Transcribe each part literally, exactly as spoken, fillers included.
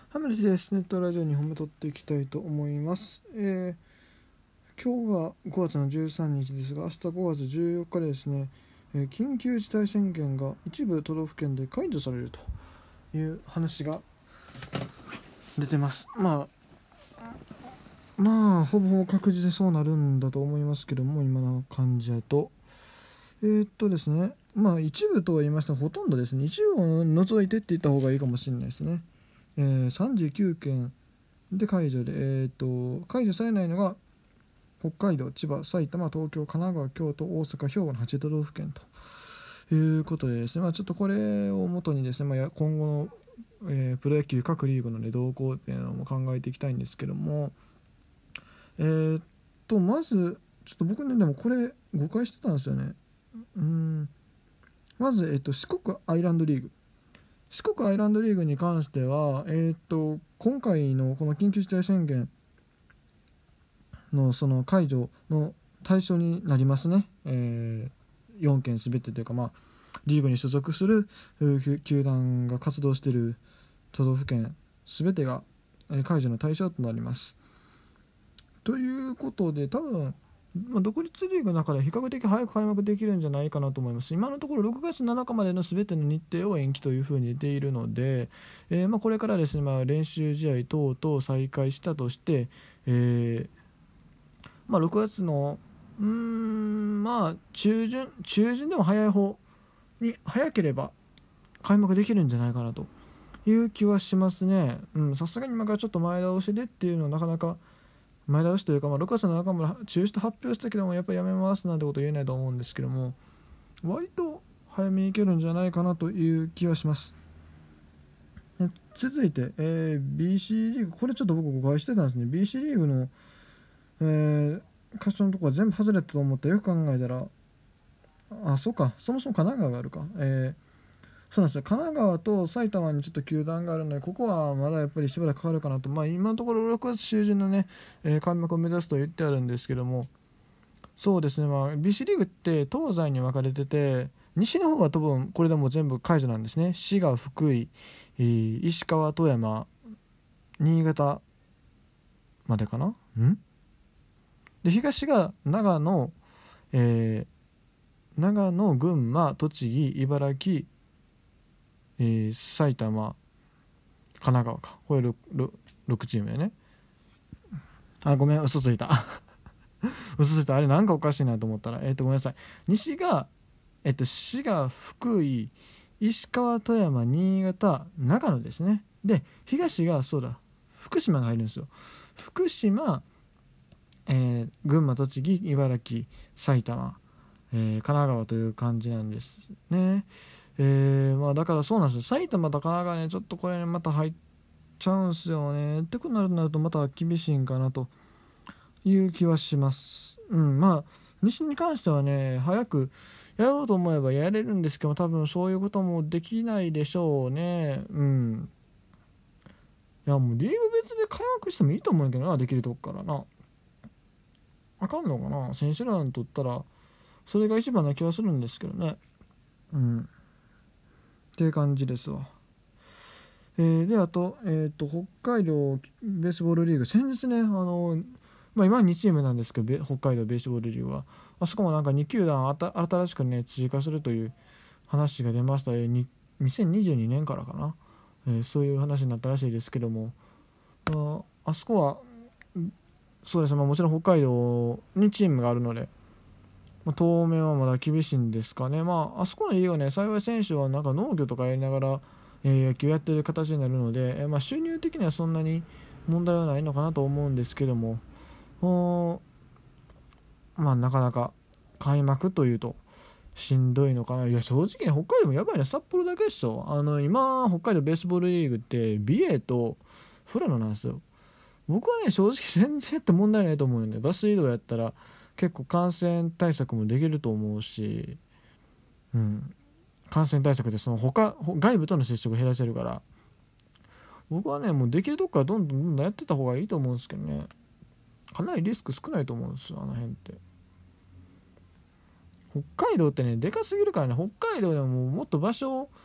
ハムレスです。ネットラジオにほんめ撮っていきたいと思います。えー、今日はごがつのじゅうさんにちですが、明日ごがつじゅうよっかでですね、えー緊急事態宣言が一部都道府県で解除されるという話が出てます。まあ、まあ、ほぼほぼ確実にそうなるんだと思いますけども、今の感じだと。えー、っとですね、まあ、一部とは言いましたが、ほとんどですね、一部を除いてって言った方がいいかもしれないですね。えー、さんじゅうきゅうけんで解除で、えー、と解除されないのが北海道、千葉、埼玉、東京、神奈川、京都、大阪、兵庫のはち都道府県ということでですね、まあ、ちょっとこれをもとにですね、まあ、今後の、えープロ野球各リーグの、ね、動向っていうのも考えていきたいんですけども、えー、とまずちょっと僕ね、でもこれ誤解してたんですよね。うんまず、えー、と四国アイランドリーグ四国アイランドリーグに関しては、えー、と今回のこの緊急事態宣言のその解除の対象になりますね。えー、よんけんすべてというか、まあ、リーグに所属する球団が活動している都道府県すべてが解除の対象となります。ということで、多分、まあ、独立リーグの中で比較的早く開幕できるんじゃないかなと思います。今のところろくがつなのかまでのすべての日程を延期というふうに出ているので、えーまあ、これからですね、まあ、練習試合等々再開したとして、えーまあ、ろくがつのうーんまあ中旬中旬でも早い方に早ければ開幕できるんじゃないかなという気はしますね。さすがに今からちょっと前倒しでっていうのはなかなか前倒しというか、まあ、ろくがつの中村中止と発表したけどもやっぱりやめますなんてこと言えないと思うんですけども、割と早めにいけるんじゃないかなという気はします。続いて、えー、ビーシー リーグ、これちょっと僕誤解してたんですね。 ビーシー リーグの、えー、箇所のところは全部外れたと思ってよく考えたら、あ、そうか、そもそも神奈川があるか。えー、そうなんですよ。神奈川と埼玉にちょっと球団があるので、ここはまだやっぱりしばらくかかるかなと。まあ、今のところろくがつ中旬のね、えー開幕を目指すと言ってあるんですけども、そうですね、まあ、ビーシー リーグって東西に分かれてて、西の方は多分これでも全部解除なんですね。滋賀、福井、えー石川、富山、新潟までかな。んで、東が長野、えー長野、群馬、栃木、茨城、えー埼玉、神奈川か。これ 6, ろくチームやね。あ、ごめん、嘘ついた。嘘ついた。あれなんかおかしいなと思ったら、えっ、ー、と、ごめんなさい。西が、えっ、ー、と、滋賀、福井、石川、富山、新潟、長野ですね。で、東が、そうだ、福島が入るんですよ。福島、えー群馬、栃木、茨城、埼玉、えー神奈川という感じなんですね。えーまあ、だからそうなんですよ。埼玉と神奈川ね、ちょっとこれ、ね、また入っちゃうんすよね。ってことになるとまた厳しいんかなという気はします。うん、まあ西に関してはね、早くやろうと思えばやれるんですけど、多分そういうこともできないでしょうね。うん。いやもうリーグ別で開幕してもいいと思うんだけどな、できるとこからな。あかんのかな、選手らにとったらそれが一番な気はするんですけどね。うんっていう感じですわ。えー、であと,、えー、と北海道ベースボールリーグ、先日ね、あのまあ、今はにチームなんですけど、北海道ベースボールリーグはあそこもなんかに球団あた新しくね追加するという話が出ました。えー、ににせんにじゅうにねんからかな、えー、そういう話になったらしいですけども、あ, あそこはそうですね、まあ、もちろん北海道にチームがあるので、まあ、当面はまだ厳しいんですかね。まあ、あそこの家はね、幸い選手はなんか農業とかやりながら、えー野球やってる形になるので、えーまあ、収入的にはそんなに問題はないのかなと思うんですけども、まあ、なかなか開幕というとしんどいのかな。いや正直ね、北海道もやばいね。札幌だけでしょ。あの今北海道ベースボールリーグって美瑛と富良野なんですよ。僕はね正直全然やって問題ないと思うよね。バス移動やったら結構感染対策もできると思うし、うん、感染対策でその他外部との接触を減らせるから、僕はねもうできるとこからどんどんどんどんやってた方がいいと思うんですけどね。かなりリスク少ないと思うんですよ、あの辺って。北海道ってねでかすぎるからね。北海道でももっと場所を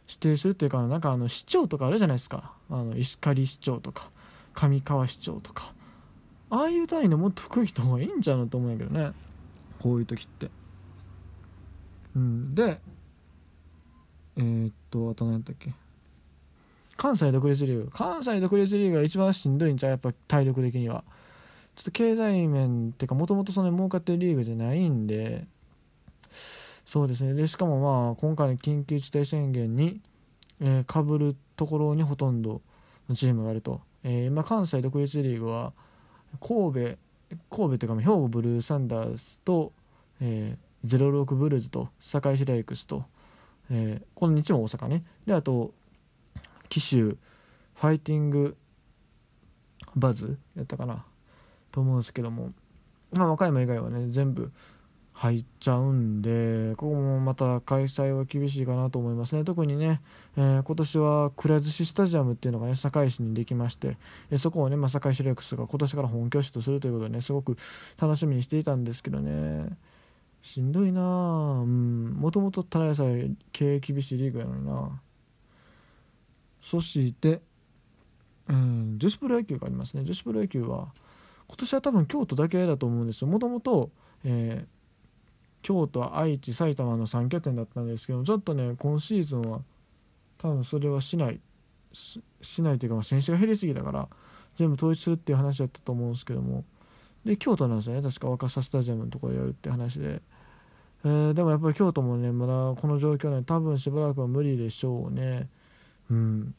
指定するっていうか、なんかあの市長とかあるじゃないですか、あの石狩市長とか上川市長とか、ああいう単位でもっと服着た方がいいんちゃうのと思うんやけどね、こういう時って。うんでえー、っとあと何やったっけ、関西独立リーグ関西独立リーグが一番しんどいんちゃう、やっぱ体力的には。ちょっと経済面っていうか、もともとその儲かってるリーグじゃないんで、そうですね。でしかもまあ今回の緊急事態宣言に、えー、かぶるところにほとんどのチームがあると、えー、今関西独立リーグは神戸神戸というか兵庫ブルーサンダースと、えー、ゼロろくブルーズと堺市ライクスと、えー、このにチーム大阪ね、であと紀州ファイティングバズやったかなと思うんですけども、まあ和歌山以外はね全部入っちゃうんで、ここもまた開催は厳しいかなと思いますね。特にね、えー、今年はくら寿司スタジアムっていうのがね堺市にできまして、えー、そこをね、まあ、堺市レックスが今年から本拠地とするということでね、すごく楽しみにしていたんですけどね、しんどいなぁ。うん、もともとただでさえ経営厳しいリーグやのにな。そして、うん、女子プロ野球がありますね。女子プロ野球は今年は多分京都だけだと思うんですよ。もともと、えー京都、愛知、埼玉のさん拠点だったんですけど、ちょっとね今シーズンは多分それはしないししないというか、まあ選手が減りすぎたから全部統一するっていう話だったと思うんですけども、で京都なんですよね、確か若狭スタジアムのところでやるって話で、えー、でもやっぱり京都もねまだこの状況ね多分しばらくは無理でしょうね。うん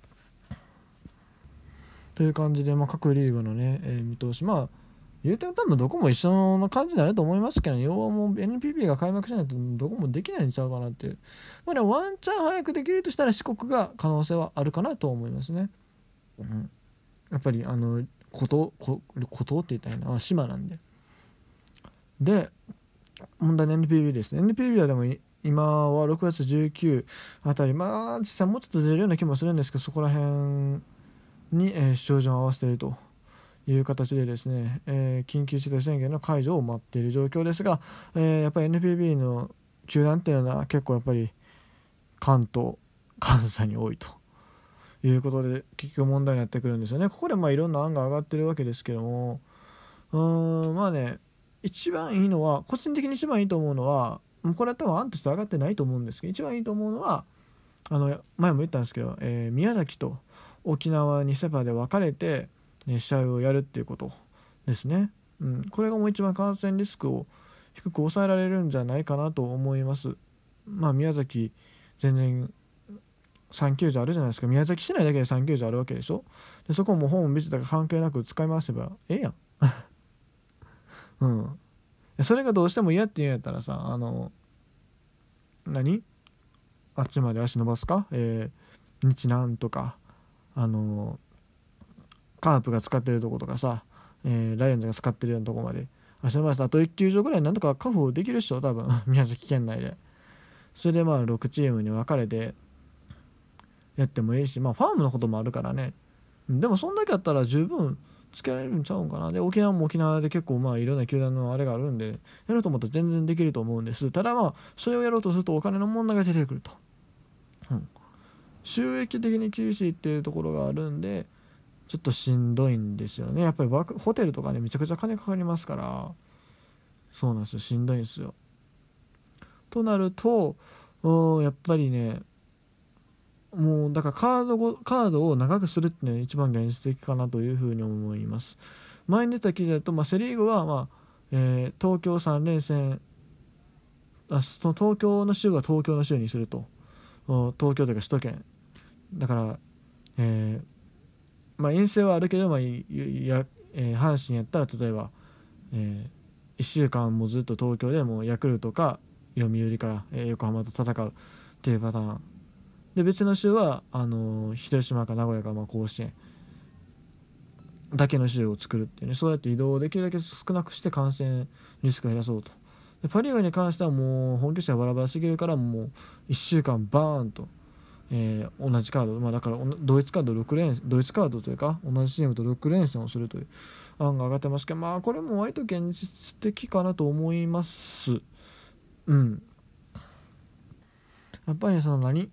という感じで、まあ、各リーグのね、えー見通し、まあ言うても多分どこも一緒の感じになると思いますけど、ね、要はもう エヌピーピー が開幕しないとどこもできないんちゃうかなっていう、まあ、でもワンチャン早くできるとしたら四国が可能性はあるかなと思いますね。うん、やっぱりあの孤島孤島って言ったらいいな、島なんで。で問題の エヌピービー ですね。 エヌピービー はでも今はろくがつじゅうくにちあたり、まあ実際もうちょっとずれるような気もするんですけど、そこら辺に、えー、照準を合わせているという形でですね、えー緊急事態宣言の解除を待っている状況ですが、えーやっぱり エヌピービー の球団っていうのは結構やっぱり関東関西に多いということで結局問題になってくるんですよね。ここでまあいろんな案が上がってるわけですけども、うーんまあね、一番いいのは個人的に一番いいと思うのは、もうこれは多分案として上がってないと思うんですけど、一番いいと思うのはあの前も言ったんですけど、えー宮崎と沖縄にセパで分かれてね試合をやるっていうことですね。うん、これがもう一番感染リスクを低く抑えられるんじゃないかなと思います。まあ宮崎全然さん球場あるじゃないですか。宮崎市内だけでさん球場あるわけでしょ。でそこもホームビジターが関係なく使い回せばええやん。うん、それがどうしても嫌って言うんやったらさ、あの何あっちまで足伸ばすか、えー、日南とかあのカープが使ってるとことかさ、えー、ライオンズが使ってるようなとこまで足伸ばしてあといち球場ぐらいなんとか確保できるっしょ多分宮崎県内で。それでまあろくチームに分かれてやってもいいし、まあファームのこともあるからね。でもそんだけやったら十分つけられるんちゃうんかな。で沖縄も沖縄で結構まあいろんな球団のあれがあるんで、やろうと思ったら全然できると思うんです。ただまあそれをやろうとするとお金の問題が出てくると、うん、収益的に厳しいっていうところがあるんでちょっとしんどいんですよね。やっぱりバホテルとかねめちゃくちゃ金かかりますから、そうなんですよ、しんどいんですよ。となるとやっぱりね、もうだからカードごカードを長くするっていうのが一番現実的かなというふうに思います。前に出た記事だと、まあ、セ・リーグは、まあえー、東京さん連戦、あその東京の州は東京の州にすると、東京というか首都圏だから、えーまあ、遠征はあるけど、まあいやえー、阪神やったら例えば、えー、いっしゅうかんもずっと東京でもヤクルトか読売か、えー、横浜と戦うっていうパターンで、別の州はあのー、広島か名古屋か、まあ、甲子園だけの州を作るっていうね、そうやって移動をできるだけ少なくして感染リスクを減らそうと。でパ・リーグに関してはもう本拠地がバラバラすぎるから、もういっしゅうかんバーンと、えー、同じカード、まあ、だから同一カードろく連同一カードというか同じチームとろく連戦をするという案が上がってますけど、まあこれも割と現実的かなと思います。うんやっぱりその何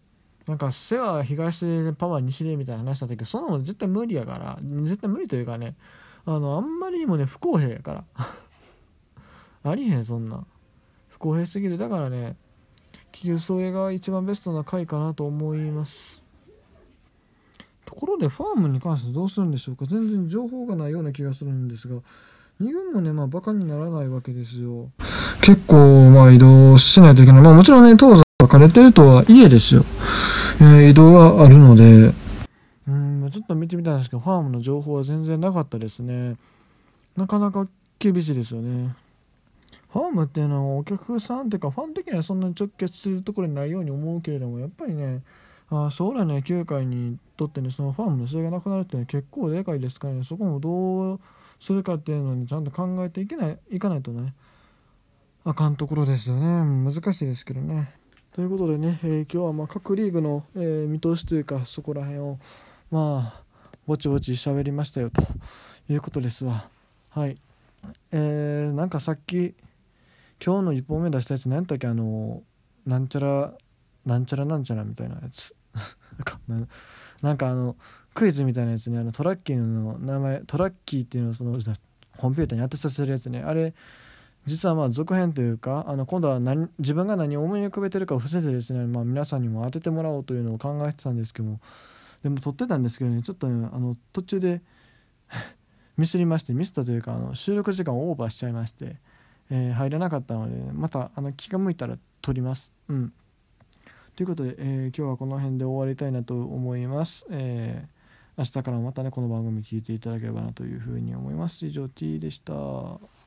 なんか背は東でパワー西でみたいな話だったけど、そんなの絶対無理やから、絶対無理というかね、あのあんまりにもね不公平やからありへん、そんな不公平すぎる。だからね、結局それが一番ベストな回かなと思います。ところでファームに関してどうするんでしょうか。全然情報がないような気がするんですが、に軍もね、まあバカにならないわけですよ。結構まあ移動しないといけない。まあもちろんね、東西分かれてるとはいえですよ、えー、移動があるので、うん、ちょっと見てみたんですけど、ファームの情報は全然なかったですね。なかなか厳しいですよね。ファームっていうのはお客さんっていうかファン的にはそんなに直結するところにないように思うけれども、やっぱりね、あ将来の野球界にとってね、そのファームの試合がなくなるっていうのは結構でかいですからね、そこもどうするかっていうのにちゃんと考えていけないいかないとね、あかんところですよね。難しいですけどね。ということでね、えー今日はまあ各リーグの、えー見通しというか、そこら辺をまあぼちぼち喋りましたよということですわ。はい。えー、なんかさっき今日のいっぽんめ出したやつ何やったっけ、あのなんちゃらなんちゃらなんちゃらみたいなやつなんかななんかあのクイズみたいなやつに、あのトラッキーの名前、トラッキーっていうのをそのコンピューターに当てさせるやつね、あれ実はまあ続編というか、あの今度は何自分が何を思い浮かべてるかを伏せてですね、まあ、皆さんにも当ててもらおうというのを考えてたんですけども、でも撮ってたんですけどね、ちょっと、ね、あの途中でミスりまして、ミスったというか、あの収録時間をオーバーしちゃいまして、えー入らなかったので、またあの気が向いたら撮ります。うん。ということで、えー今日はこの辺で終わりたいなと思います。えー明日からまたね、この番組聞いていただければなというふうに思います。以上 T でした。